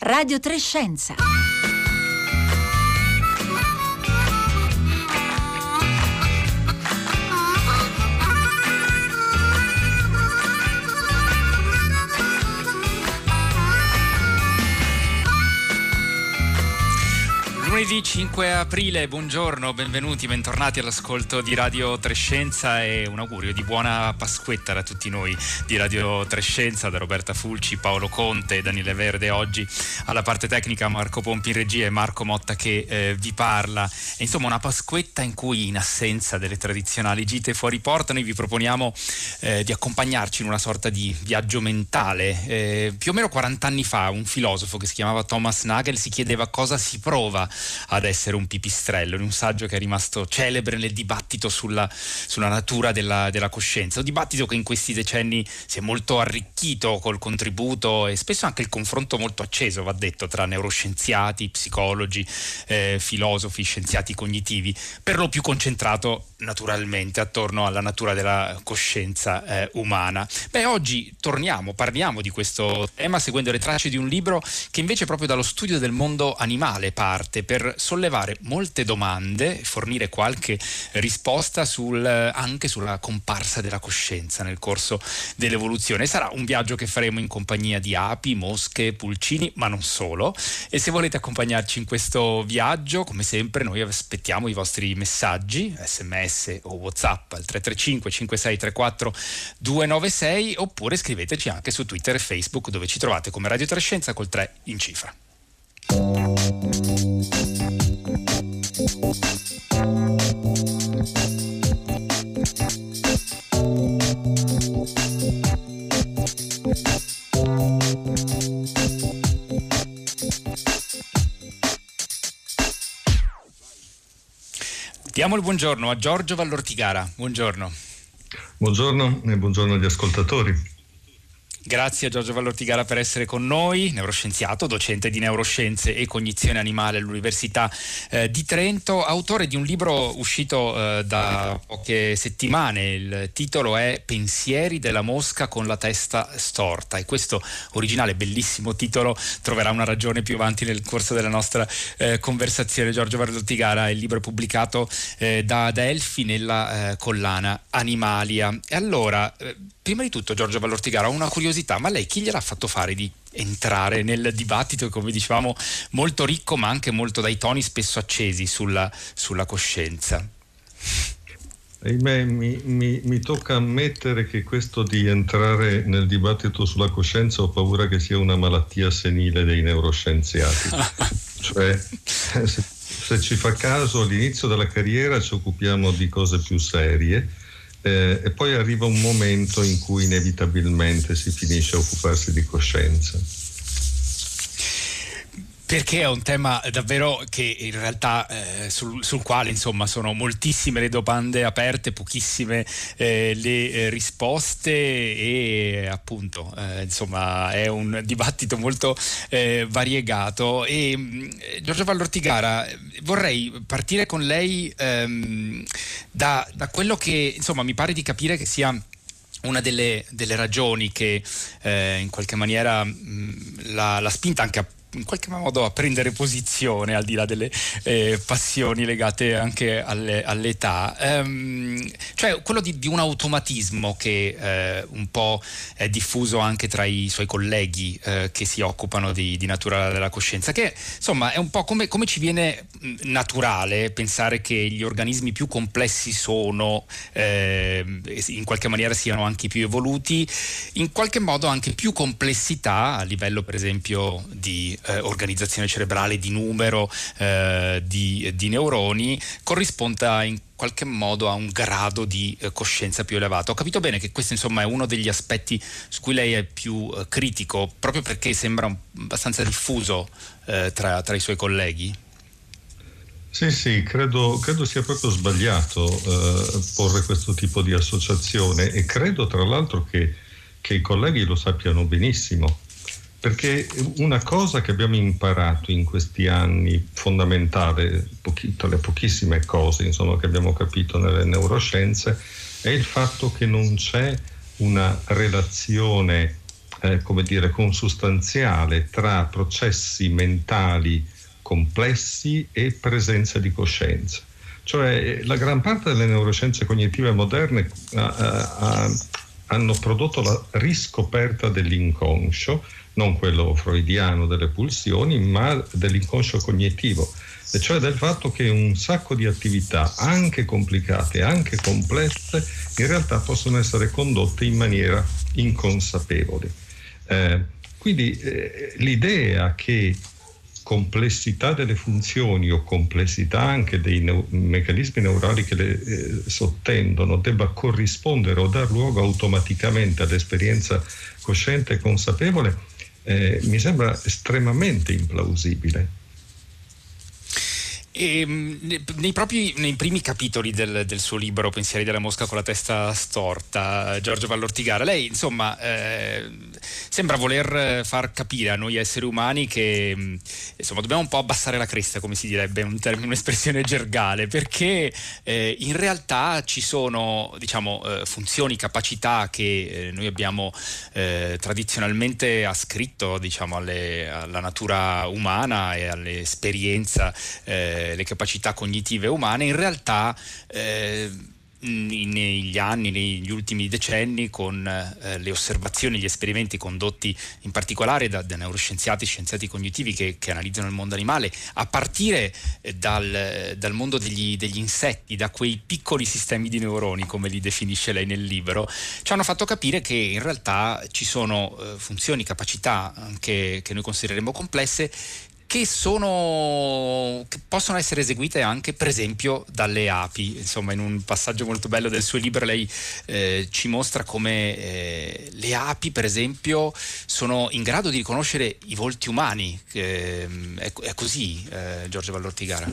Radio Trescenza. Lunedì 5 aprile, buongiorno, benvenuti, bentornati all'ascolto di Radio Trescenza e un augurio di buona Pasquetta da tutti noi di Radio Trescenza, da Roberta Fulci, Paolo Conte, Daniele Verde oggi alla parte tecnica, Marco Pompi in regia e Marco Motta che vi parla. E insomma una Pasquetta in cui, in assenza delle tradizionali gite fuori porta, noi vi proponiamo di accompagnarci in una sorta di viaggio mentale. Più o meno 40 anni fa un filosofo che si chiamava Thomas Nagel si chiedeva cosa si prova ad essere un pipistrello, in un saggio che è rimasto celebre nel dibattito sulla natura della coscienza, un dibattito che in questi decenni si è molto arricchito col contributo e spesso anche il confronto molto acceso, va detto, tra neuroscienziati, psicologi, filosofi, scienziati cognitivi, per lo più concentrato naturalmente attorno alla natura della coscienza umana. Oggi parliamo di questo tema seguendo le tracce di un libro che invece proprio dallo studio del mondo animale parte, per sollevare molte domande e fornire qualche risposta anche sulla comparsa della coscienza nel corso dell'evoluzione. Sarà un viaggio che faremo in compagnia di api, mosche, pulcini, ma non solo. E se volete accompagnarci in questo viaggio, come sempre, noi aspettiamo i vostri messaggi, SMS o WhatsApp al 335 5634 296, oppure scriveteci anche su Twitter e Facebook, dove ci trovate come Radio Trescenza col 3 in cifra. Diamo il buongiorno a Giorgio Vallortigara. Buongiorno. Buongiorno e buongiorno agli ascoltatori. Grazie a Giorgio Vallortigara per essere con noi, neuroscienziato, docente di neuroscienze e cognizione animale all'Università di Trento, autore di un libro uscito da poche settimane. Il titolo è Pensieri della mosca con la testa storta, e questo originale bellissimo titolo troverà una ragione più avanti nel corso della nostra conversazione. Giorgio Vallortigara, il libro è pubblicato da Adelphi nella collana Animalia. E allora, prima di tutto, Giorgio Vallortigara, ho una curiosità, ma lei chi gliel'ha fatto fare di entrare nel dibattito, come dicevamo, molto ricco ma anche molto dai toni spesso accesi sulla coscienza? Mi tocca ammettere che questo di entrare nel dibattito sulla coscienza ho paura che sia una malattia senile dei neuroscienziati. Cioè, se ci fa caso, all'inizio della carriera ci occupiamo di cose più serie, e poi arriva un momento in cui inevitabilmente si finisce a occuparsi di coscienza. Perché è un tema davvero che in realtà sul quale insomma sono moltissime le domande aperte, pochissime le risposte, e appunto insomma è un dibattito molto variegato. E Giorgio Vallortigara, vorrei partire con lei da quello che insomma mi pare di capire che sia una delle ragioni che in qualche maniera l'ha spinta anche in qualche modo a prendere posizione, al di là delle passioni legate anche all'età, cioè quello di un automatismo che un po' è diffuso anche tra i suoi colleghi che si occupano di natura della coscienza, che insomma è un po' come ci viene naturale pensare che gli organismi più complessi in qualche maniera siano anche più evoluti, in qualche modo anche più complessità a livello per esempio di organizzazione cerebrale, di numero di neuroni, corrisponda in qualche modo a un grado di coscienza più elevato. Ho capito bene che questo insomma è uno degli aspetti su cui lei è più critico, proprio perché sembra abbastanza diffuso tra i suoi colleghi? Sì, credo sia proprio sbagliato porre questo tipo di associazione, e credo tra l'altro che i colleghi lo sappiano benissimo. Perché una cosa che abbiamo imparato in questi anni, fondamentale, tra le pochissime cose insomma che abbiamo capito nelle neuroscienze, è il fatto che non c'è una relazione come dire, consustanziale tra processi mentali complessi e presenza di coscienza. Cioè la gran parte delle neuroscienze cognitive moderne hanno prodotto la riscoperta dell'inconscio, non quello freudiano delle pulsioni, ma dell'inconscio cognitivo, e cioè del fatto che un sacco di attività, anche complicate, anche complesse, in realtà possono essere condotte in maniera inconsapevole. Quindi l'idea che complessità delle funzioni o complessità anche dei meccanismi neurali che le sottendono debba corrispondere o dar luogo automaticamente all'esperienza cosciente e consapevole mi sembra estremamente implausibile. E nei primi capitoli del suo libro Pensieri della mosca con la testa storta, Giorgio Vallortigara, lei insomma sembra voler far capire a noi esseri umani che insomma dobbiamo un po' abbassare la cresta, come si direbbe, un'espressione gergale, perché in realtà ci sono, diciamo, funzioni, capacità che noi abbiamo tradizionalmente ascritto, diciamo, alla natura umana e all'esperienza, le capacità cognitive umane. In realtà negli anni, negli ultimi decenni, con le osservazioni, gli esperimenti condotti in particolare da neuroscienziati, scienziati cognitivi che analizzano il mondo animale, a partire dal mondo degli insetti, da quei piccoli sistemi di neuroni, come li definisce lei nel libro, ci hanno fatto capire che in realtà ci sono funzioni, capacità anche che noi considereremo complesse, che possono essere eseguite anche per esempio dalle api. Insomma, in un passaggio molto bello del suo libro lei ci mostra come le api per esempio sono in grado di riconoscere i volti umani. È così, Giorgio Vallortigara?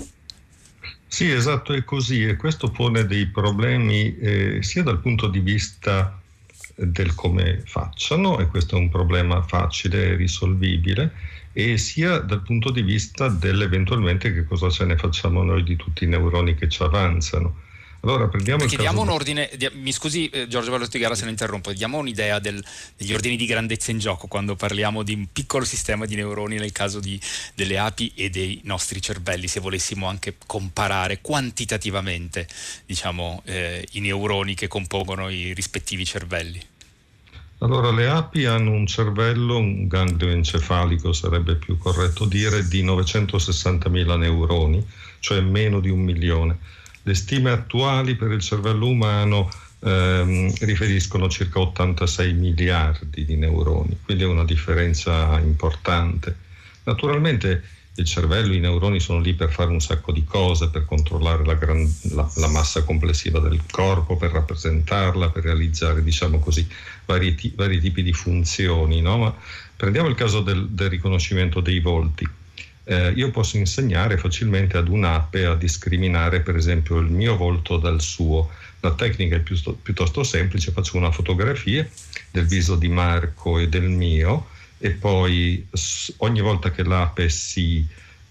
Sì, esatto, è così, e questo pone dei problemi sia dal punto di vista del come facciano, e questo è un problema facile e risolvibile, e sia dal punto di vista dell'eventualmente che cosa ce ne facciamo noi di tutti i neuroni che ci avanzano. Allora prendiamo diamo un ordine, mi scusi Giorgio Vallortigara se ne interrompo, diamo un'idea degli ordini di grandezza in gioco quando parliamo di un piccolo sistema di neuroni nel caso delle api e dei nostri cervelli, se volessimo anche comparare quantitativamente, diciamo, i neuroni che compongono i rispettivi cervelli. Allora, le api hanno un cervello, un ganglio encefalico sarebbe più corretto dire, di 960.000 neuroni, cioè meno di 1 milione. Le stime attuali per il cervello umano riferiscono circa 86 miliardi di neuroni, quindi è una differenza importante. Naturalmente il cervello, i neuroni sono lì per fare un sacco di cose, per controllare la massa complessiva del corpo, per rappresentarla, per realizzare, diciamo così, vari tipi di funzioni, no? Ma prendiamo il caso del riconoscimento dei volti. Io posso insegnare facilmente ad un'ape a discriminare per esempio il mio volto dal suo. La tecnica è piuttosto semplice: faccio una fotografia del viso di Marco e del mio, e poi ogni volta che l'ape si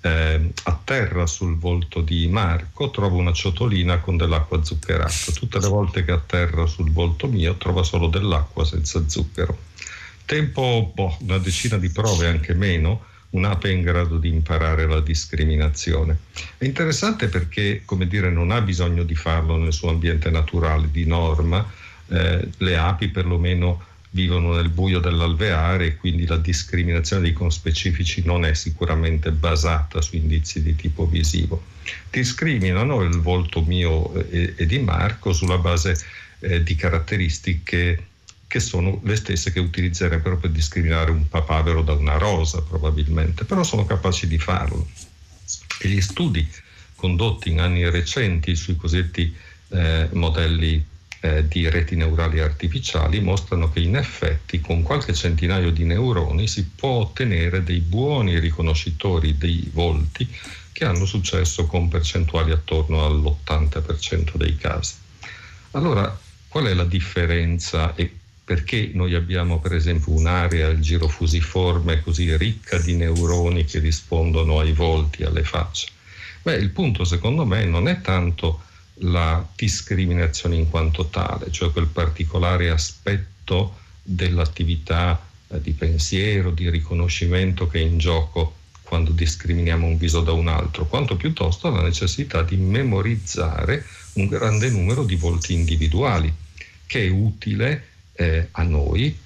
atterra sul volto di Marco trovo una ciotolina con dell'acqua zuccherata. Tutte le volte che atterra sul volto mio trova solo dell'acqua senza zucchero. Tempo una decina di prove, anche meno, un'ape è in grado di imparare la discriminazione. È interessante perché, come dire, non ha bisogno di farlo nel suo ambiente naturale di norma. Le api perlomeno vivono nel buio dell'alveare e quindi la discriminazione dei conspecifici non è sicuramente basata su indizi di tipo visivo. Discriminano il volto mio e di Marco sulla base di caratteristiche che sono le stesse che utilizzerebbero per discriminare un papavero da una rosa probabilmente, però sono capaci di farlo. E gli studi condotti in anni recenti sui cosiddetti modelli di reti neurali artificiali mostrano che in effetti con qualche centinaio di neuroni si può ottenere dei buoni riconoscitori dei volti che hanno successo con percentuali attorno all'80% dei casi. Allora, qual è la differenza e perché noi abbiamo per esempio un'area al giro fusiforme così ricca di neuroni che rispondono ai volti, alle facce? Beh, il punto secondo me non è tanto la discriminazione in quanto tale, cioè quel particolare aspetto dell'attività di pensiero, di riconoscimento che è in gioco quando discriminiamo un viso da un altro, quanto piuttosto la necessità di memorizzare un grande numero di volti individuali, che è utile a noi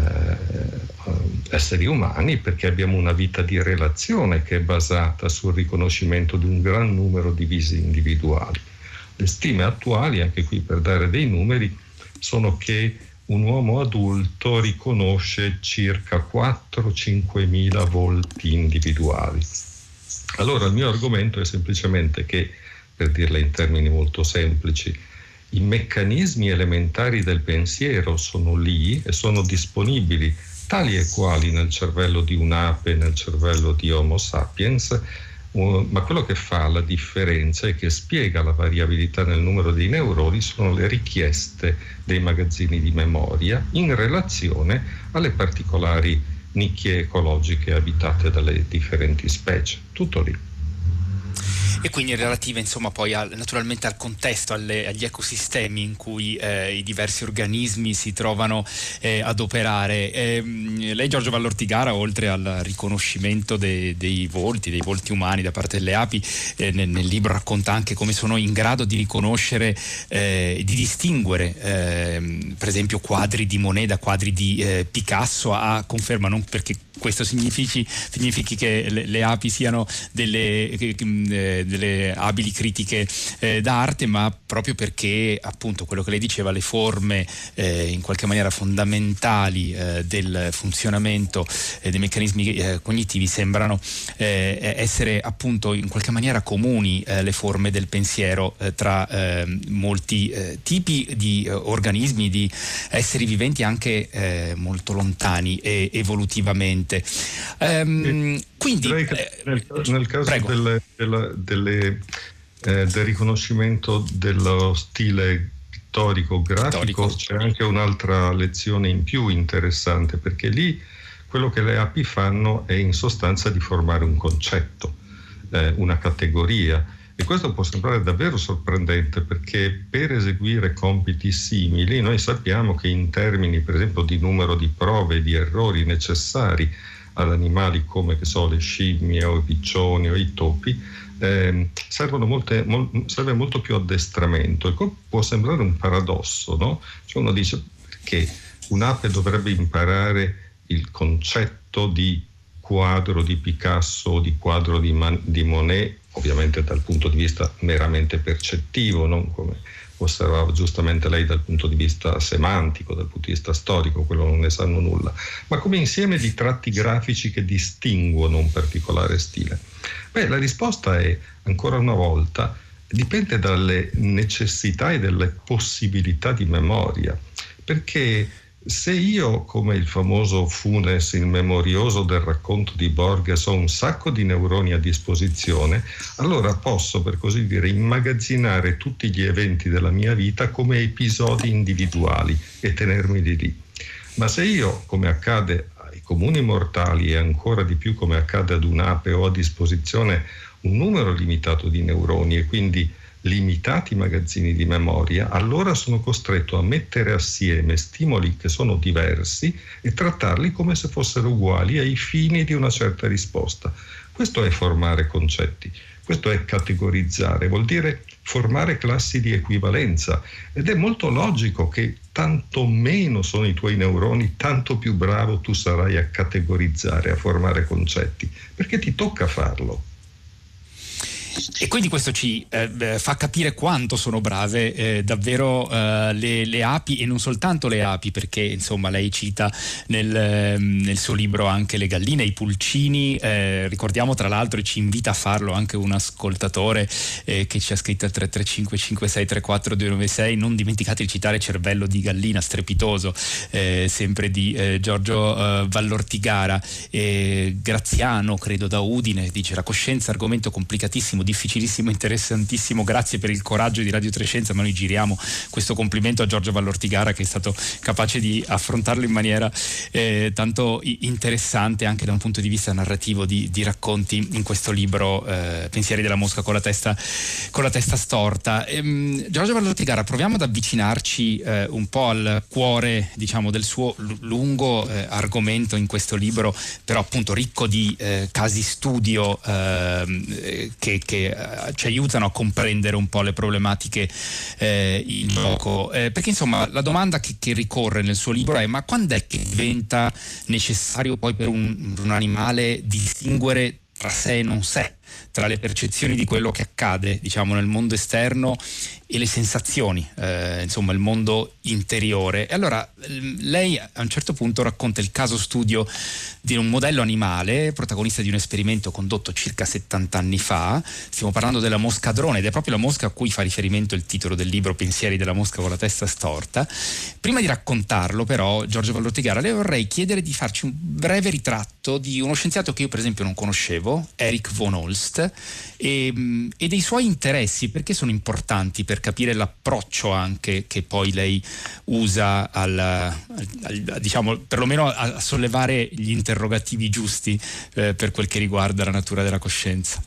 esseri umani, perché abbiamo una vita di relazione che è basata sul riconoscimento di un gran numero di visi individuali. Le stime attuali, anche qui per dare dei numeri, sono che un uomo adulto riconosce circa 4-5 mila volti individuali. Allora il mio argomento è semplicemente che, per dirla in termini molto semplici, i meccanismi elementari del pensiero sono lì e sono disponibili tali e quali nel cervello di un'ape, nel cervello di Homo sapiens, ma quello che fa la differenza e che spiega la variabilità nel numero dei neuroni sono le richieste dei magazzini di memoria in relazione alle particolari nicchie ecologiche abitate dalle differenti specie. Tutto lì. E quindi relative insomma poi naturalmente al contesto, agli ecosistemi in cui i diversi organismi si trovano ad operare. Lei, Giorgio Vallortigara, oltre al riconoscimento dei volti umani da parte delle api, nel libro racconta anche come sono in grado di riconoscere, di distinguere per esempio quadri di Monet da quadri di Picasso, a conferma, non perché questo significhi che le api siano delle abili critiche d'arte, ma proprio perché appunto quello che lei diceva, le forme in qualche maniera fondamentali del funzionamento dei meccanismi cognitivi sembrano essere appunto in qualche maniera comuni, le forme del pensiero tra molti tipi di organismi, di esseri viventi anche molto lontani evolutivamente. Quindi direi che nel caso del riconoscimento dello stile pittorico grafico c'è anche un'altra lezione in più interessante, perché lì quello che le api fanno è in sostanza di formare un concetto, una categoria, e questo può sembrare davvero sorprendente, perché per eseguire compiti simili noi sappiamo che in termini per esempio di numero di prove e di errori necessari ad animali come le scimmie o i piccioni o i topi, serve molto più addestramento. E può sembrare un paradosso, no? Cioè uno dice, perché un'ape dovrebbe imparare il concetto di quadro di Picasso o di quadro di Monet, ovviamente dal punto di vista meramente percettivo, non come osservava giustamente lei dal punto di vista semantico, dal punto di vista storico, quello non ne sanno nulla, ma come insieme di tratti grafici che distinguono un particolare stile. La risposta è, ancora una volta, dipende dalle necessità e dalle possibilità di memoria, perché se io, come il famoso Funes, il memorioso del racconto di Borges, ho un sacco di neuroni a disposizione, allora posso, per così dire, immagazzinare tutti gli eventi della mia vita come episodi individuali e tenermeli lì. Ma se io, come accade ai comuni mortali e ancora di più come accade ad un'ape, ho a disposizione un numero limitato di neuroni e quindi limitati magazzini di memoria, allora sono costretto a mettere assieme stimoli che sono diversi e trattarli come se fossero uguali ai fini di una certa risposta. Questo è formare concetti, questo è categorizzare, vuol dire formare classi di equivalenza, ed è molto logico che tanto meno sono i tuoi neuroni, tanto più bravo tu sarai a categorizzare, a formare concetti, perché ti tocca farlo. E quindi questo ci fa capire quanto sono brave davvero le api, e non soltanto le api, perché insomma lei cita nel suo libro anche le galline, i pulcini, ricordiamo tra l'altro, e ci invita a farlo anche un ascoltatore che ci ha scritto al 335 5634 296, non dimenticate di citare Cervello di gallina, strepitoso, sempre di Giorgio Vallortigara. Graziano, credo da Udine, dice: la coscienza, argomento complicatissimo, bellissimo, difficilissimo, interessantissimo. Grazie per il coraggio di Radio Trescenza, ma noi giriamo questo complimento a Giorgio Vallortigara, che è stato capace di affrontarlo in maniera tanto interessante anche da un punto di vista narrativo, di racconti in questo libro Pensieri della mosca con la testa storta. Giorgio Vallortigara, proviamo ad avvicinarci un po' al cuore, diciamo, del suo lungo argomento in questo libro, però appunto ricco di casi studio che ci aiutano a comprendere un po' le problematiche in gioco, perché insomma la domanda che ricorre nel suo libro è: ma quando è che diventa necessario poi per un animale distinguere tra sé e non sé, tra le percezioni di quello che accade, diciamo, nel mondo esterno e le sensazioni, insomma il mondo interiore? E allora lei a un certo punto racconta il caso studio di un modello animale, protagonista di un esperimento condotto circa 70 anni fa. Stiamo parlando della mosca drone, ed è proprio la mosca a cui fa riferimento il titolo del libro, Pensieri della mosca con la testa storta. Prima di raccontarlo però, Giorgio Vallortigara, le vorrei chiedere di farci un breve ritratto di uno scienziato che io per esempio non conoscevo, Erich von Holst, e dei suoi interessi, perché sono importanti per capire l'approccio anche che poi lei usa diciamo perlomeno a sollevare gli interrogativi giusti per quel che riguarda la natura della coscienza.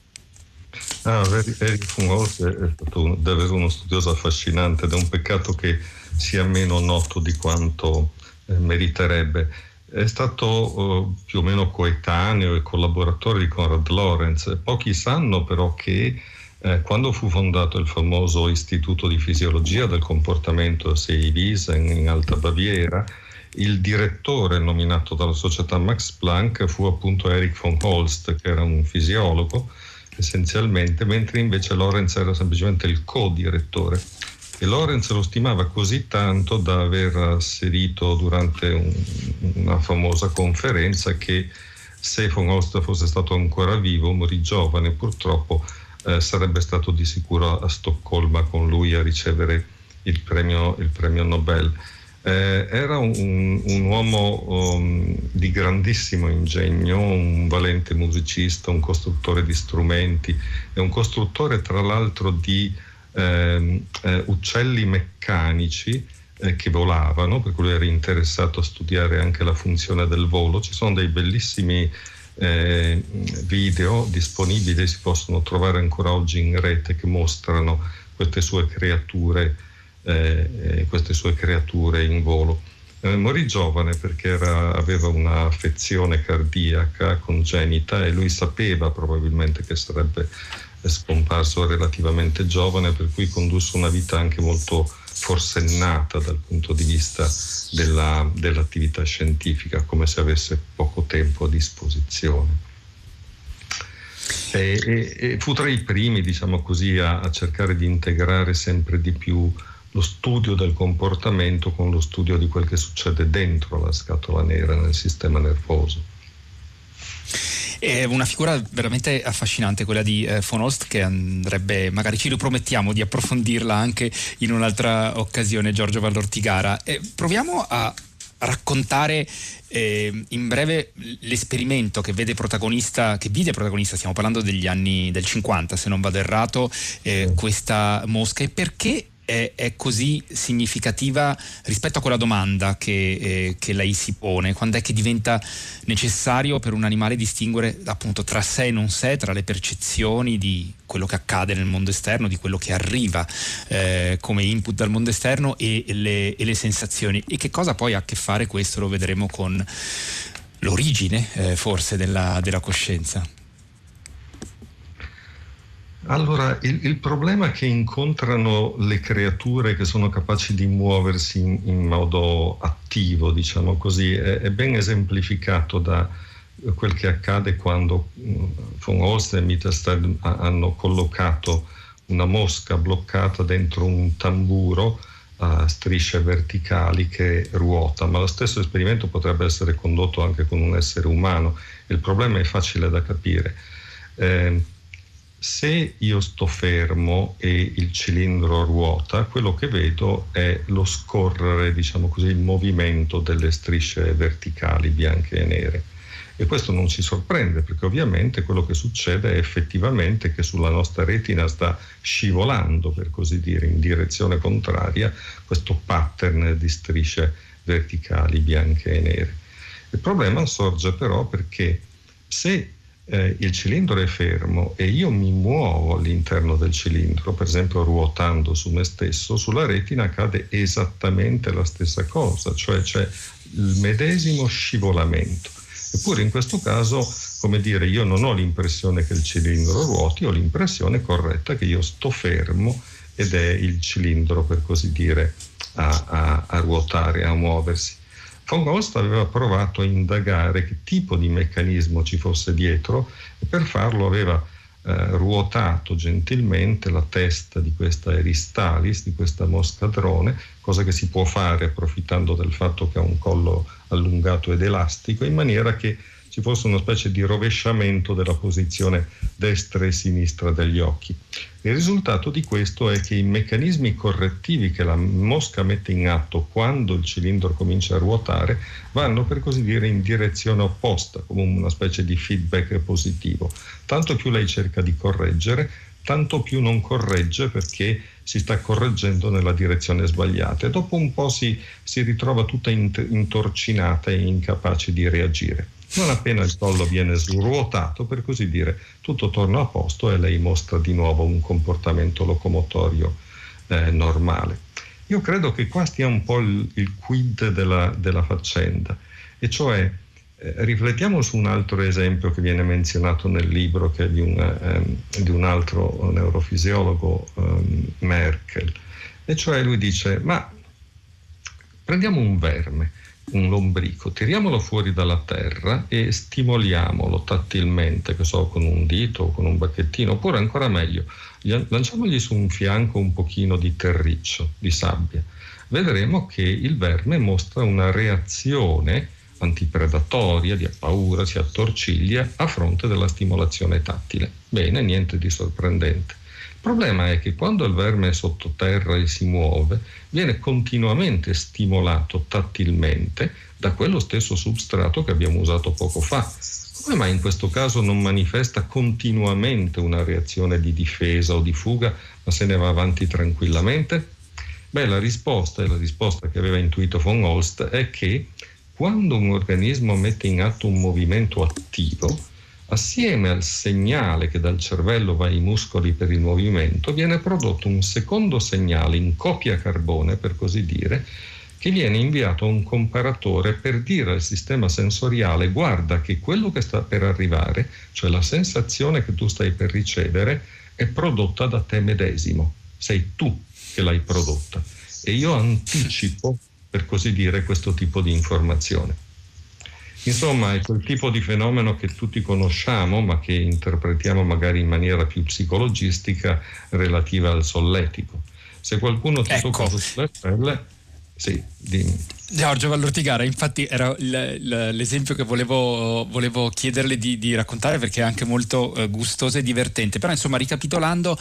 Erich von Holst è stato davvero uno studioso affascinante ed è un peccato che sia meno noto di quanto meriterebbe. È stato più o meno coetaneo e collaboratore di Konrad Lorenz. Pochi sanno però che quando fu fondato il famoso Istituto di Fisiologia del Comportamento a Seewiesen in Alta Baviera, il direttore nominato dalla società Max Planck fu appunto Erich von Holst, che era un fisiologo essenzialmente, mentre invece Lorenz era semplicemente il co-direttore. E Lorenz lo stimava così tanto da aver asserito durante una famosa conferenza che se von Holst fosse stato ancora vivo, morì giovane purtroppo, sarebbe stato di sicuro a Stoccolma con lui a ricevere il premio Nobel. Era un uomo di grandissimo ingegno, un valente musicista, un costruttore di strumenti e un costruttore tra l'altro di uccelli meccanici che volavano, per cui lui era interessato a studiare anche la funzione del volo. Ci sono dei bellissimi video disponibili, si possono trovare ancora oggi in rete, che mostrano queste sue creature in volo. Morì giovane perché aveva una affezione cardiaca congenita e lui sapeva probabilmente che sarebbe scomparso relativamente giovane, per cui condusse una vita anche molto forsennata dal punto di vista dell'attività scientifica, come se avesse poco tempo a disposizione. E fu tra i primi, diciamo così, a cercare di integrare sempre di più lo studio del comportamento con lo studio di quel che succede dentro la scatola nera, nel sistema nervoso. È una figura veramente affascinante quella di von Holst, che andrebbe, magari ci ripromettiamo di approfondirla anche in un'altra occasione, Giorgio Vallortigara. Proviamo a raccontare in breve l'esperimento che vide protagonista, stiamo parlando degli anni del 50 se non vado errato, questa mosca, e perché è così significativa rispetto a quella domanda che lei si pone: quando è che diventa necessario per un animale distinguere appunto tra sé e non sé, tra le percezioni di quello che accade nel mondo esterno, di quello che arriva come input dal mondo esterno e le sensazioni, e che cosa poi ha a che fare questo, lo vedremo, con l'origine forse della coscienza. Allora, il problema che incontrano le creature che sono capaci di muoversi in modo attivo, diciamo così, è ben esemplificato da quel che accade quando von Holst e Mittelstaedt hanno collocato una mosca bloccata dentro un tamburo a strisce verticali che ruota, ma lo stesso esperimento potrebbe essere condotto anche con un essere umano. Il problema è facile da capire. Se io sto fermo e il cilindro ruota, quello che vedo è lo scorrere, diciamo così, il movimento delle strisce verticali bianche e nere. E questo non ci sorprende, perché ovviamente quello che succede è effettivamente che sulla nostra retina sta scivolando, per così dire, in direzione contraria questo pattern di strisce verticali bianche e nere. Il problema sorge però perché se il cilindro è fermo e io mi muovo all'interno del cilindro, per esempio ruotando su me stesso, sulla retina accade esattamente la stessa cosa, cioè c'è il medesimo scivolamento. Eppure in questo caso, come dire, io non ho l'impressione che il cilindro ruoti, ho l'impressione corretta che io sto fermo ed è il cilindro, per così dire, a ruotare, a muoversi. Von Holst aveva provato a indagare che tipo di meccanismo ci fosse dietro e per farlo aveva ruotato gentilmente la testa di questa Eristalis, di questa moscadrone, cosa che si può fare approfittando del fatto che ha un collo allungato ed elastico, in maniera che ci fosse una specie di rovesciamento della posizione destra e sinistra degli occhi. Il risultato di questo è che i meccanismi correttivi che la mosca mette in atto quando il cilindro comincia a ruotare vanno, per così dire, in direzione opposta, come una specie di feedback positivo. Tanto più lei cerca di correggere, tanto più non corregge perché si sta correggendo nella direzione sbagliata e dopo un po' si ritrova tutta intorcinata e incapace di reagire. Non appena il collo viene sruotato, per così dire, tutto torna a posto e lei mostra di nuovo un comportamento locomotorio normale. Io credo che qua stia un po' il quid della faccenda, e cioè riflettiamo su un altro esempio che viene menzionato nel libro, che è di un altro neurofisiologo, Merkel, e cioè lui dice: ma prendiamo un verme, un lombrico, tiriamolo fuori dalla terra e stimoliamolo tattilmente, che so, con un dito o con un bacchettino, oppure ancora meglio, lanciamogli su un fianco un pochino di terriccio, di sabbia. Vedremo che il verme mostra una reazione antipredatoria, di paura, si attorciglia a fronte della stimolazione tattile. Bene, niente di sorprendente. Il problema è che quando il verme è sottoterra e si muove, viene continuamente stimolato tattilmente da quello stesso substrato che abbiamo usato poco fa. Come mai in questo caso non manifesta continuamente una reazione di difesa o di fuga, ma se ne va avanti tranquillamente? Beh, la risposta che aveva intuito von Holst è che quando un organismo mette in atto un movimento attivo, assieme al segnale che dal cervello va ai muscoli per il movimento, viene prodotto un secondo segnale in copia carbone, per così dire, che viene inviato a un comparatore per dire al sistema sensoriale: guarda che quello che sta per arrivare, cioè la sensazione che tu stai per ricevere, è prodotta da te medesimo, sei tu che l'hai prodotta e io anticipo, per così dire, questo tipo di informazione. Insomma, è quel tipo di fenomeno che tutti conosciamo, ma che interpretiamo magari in maniera più psicologistica, relativa al solletico. Se qualcuno ti tocca sulle pelle, sì, dimmi. Giorgio Vallortigara, infatti era l'esempio che volevo chiederle di raccontare, perché è anche molto gustoso e divertente. Però insomma, ricapitolando,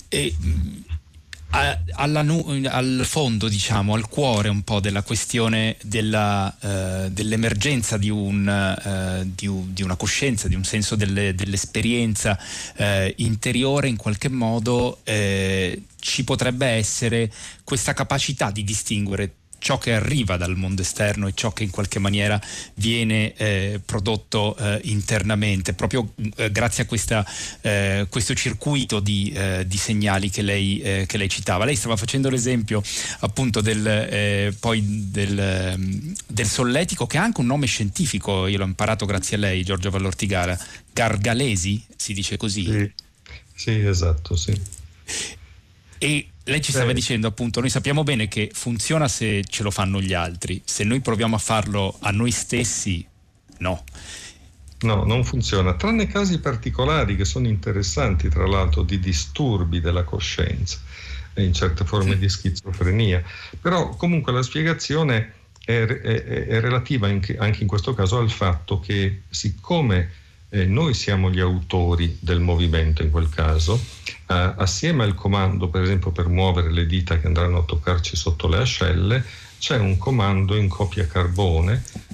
al fondo, diciamo, al cuore un po' della questione dell'emergenza di una coscienza, di un senso dell'esperienza interiore, in qualche modo ci potrebbe essere questa capacità di distinguere ciò che arriva dal mondo esterno e ciò che in qualche maniera viene prodotto internamente, proprio grazie a questo circuito di segnali che lei citava. Lei stava facendo l'esempio appunto del solletico, che ha anche un nome scientifico, io l'ho imparato grazie a lei, Giorgio Vallortigara, Gargalesi, si dice così? Sì, esatto, sì. E lei ci stava dicendo, appunto, noi sappiamo bene che funziona se ce lo fanno gli altri, se noi proviamo a farlo a noi stessi, no. No, non funziona, tranne casi particolari che sono interessanti, tra l'altro, di disturbi della coscienza, in certe forme di schizofrenia. Però comunque la spiegazione è relativa anche in questo caso al fatto che, siccome noi siamo gli autori del movimento in quel caso, assieme al comando, per esempio, per muovere le dita che andranno a toccarci sotto le ascelle, c'è un comando in copia carbone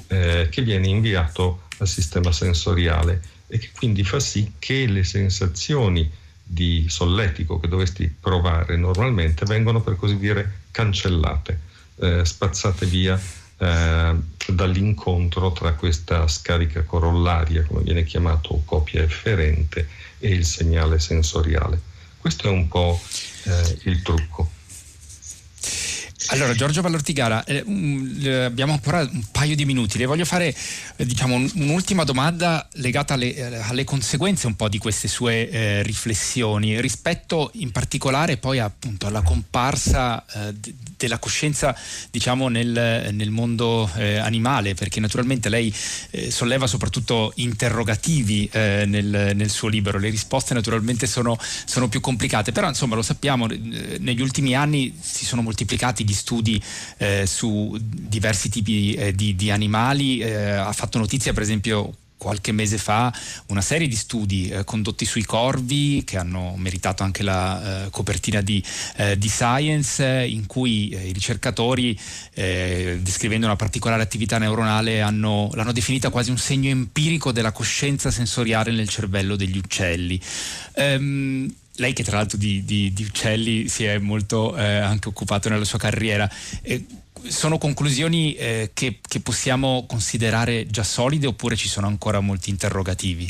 che viene inviato al sistema sensoriale e che quindi fa sì che le sensazioni di solletico che dovresti provare normalmente vengono, per così dire, cancellate, spazzate via dall'incontro tra questa scarica corollaria, come viene chiamato, o copia efferente, e il segnale sensoriale. Questo è un po' il trucco. Allora, Giorgio Vallortigara, abbiamo ancora un paio di minuti. Le voglio fare un'ultima domanda legata alle conseguenze un po' di queste sue riflessioni, rispetto in particolare poi appunto alla comparsa della coscienza, diciamo, nel mondo animale, perché naturalmente lei solleva soprattutto interrogativi nel suo libro. Le risposte naturalmente sono più complicate, però insomma lo sappiamo, negli ultimi anni si sono moltiplicati gli studi su diversi tipi di animali. Ha fatto notizia, per esempio, qualche mese fa, una serie di studi condotti sui corvi, che hanno meritato anche la copertina di Science, in cui i ricercatori, descrivendo una particolare attività neuronale, l'hanno definita quasi un segno empirico della coscienza sensoriale nel cervello degli uccelli. Lei, che tra l'altro di uccelli si è molto anche occupato nella sua carriera, sono conclusioni che possiamo considerare già solide, oppure ci sono ancora molti interrogativi?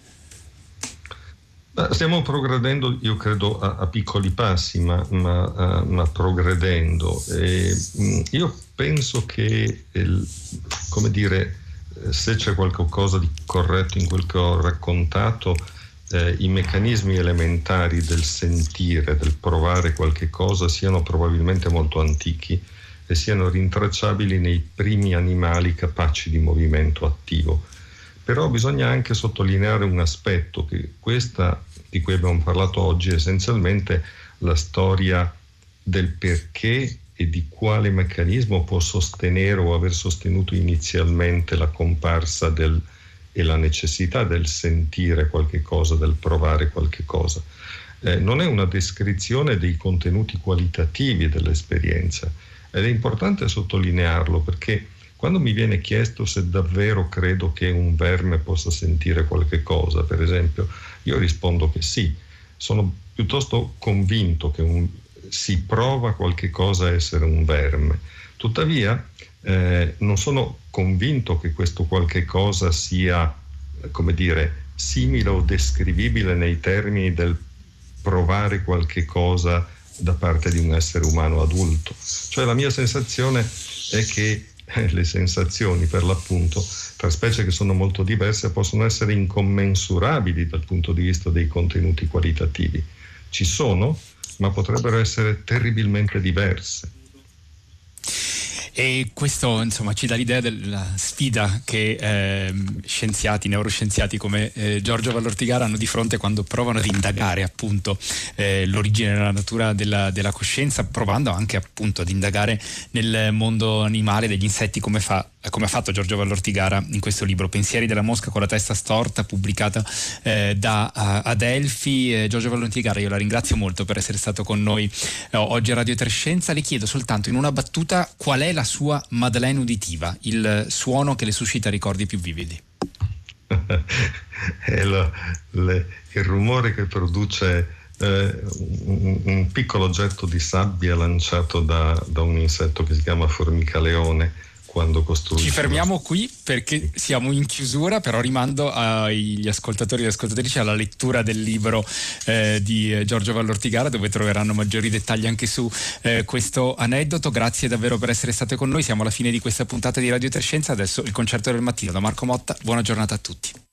Stiamo progredendo, io credo, a piccoli passi, ma progredendo. Io penso che, come dire, se c'è qualcosa di corretto in quel che ho raccontato, i meccanismi elementari del sentire, del provare qualche cosa, siano probabilmente molto antichi e siano rintracciabili nei primi animali capaci di movimento attivo. Però bisogna anche sottolineare un aspetto, che questa di cui abbiamo parlato oggi è essenzialmente la storia del perché e di quale meccanismo può sostenere o aver sostenuto inizialmente la comparsa e la necessità del sentire qualche cosa, del provare qualche cosa. Non è una descrizione dei contenuti qualitativi dell'esperienza, ed è importante sottolinearlo, perché quando mi viene chiesto se davvero credo che un verme possa sentire qualche cosa, per esempio, io rispondo che sì. Sono piuttosto convinto che si prova qualche cosa a essere un verme. Tuttavia non sono convinto che questo qualche cosa sia, come dire, simile o descrivibile nei termini del provare qualche cosa da parte di un essere umano adulto. Cioè, la mia sensazione è che le sensazioni, per l'appunto, tra specie che sono molto diverse, possono essere incommensurabili dal punto di vista dei contenuti qualitativi. Ci sono, ma potrebbero essere terribilmente diverse. E questo, insomma, ci dà l'idea della sfida che neuroscienziati come Giorgio Vallortigara hanno di fronte quando provano ad indagare appunto l'origine e la natura della coscienza, provando anche appunto ad indagare nel mondo animale degli insetti, come ha fatto Giorgio Vallortigara in questo libro Pensieri della mosca con la testa storta, pubblicata da Adelphi. Giorgio Vallortigara, io la ringrazio molto per essere stato con noi oggi a Radio Trescenza. Le chiedo soltanto in una battuta qual è la sua Madeleine uditiva, il suono che le suscita ricordi più vividi. È il rumore che produce un piccolo oggetto di sabbia lanciato da un insetto che si chiama formicaleone quando costruisce. Ci fermiamo qui perché siamo in chiusura, però rimando agli ascoltatori e ascoltatrici alla lettura del libro di Giorgio Vallortigara, dove troveranno maggiori dettagli anche su questo aneddoto. Grazie davvero per essere state con noi, siamo alla fine di questa puntata di Radio Trescenza. Adesso il concerto del mattino da Marco Motta. Buona giornata a tutti.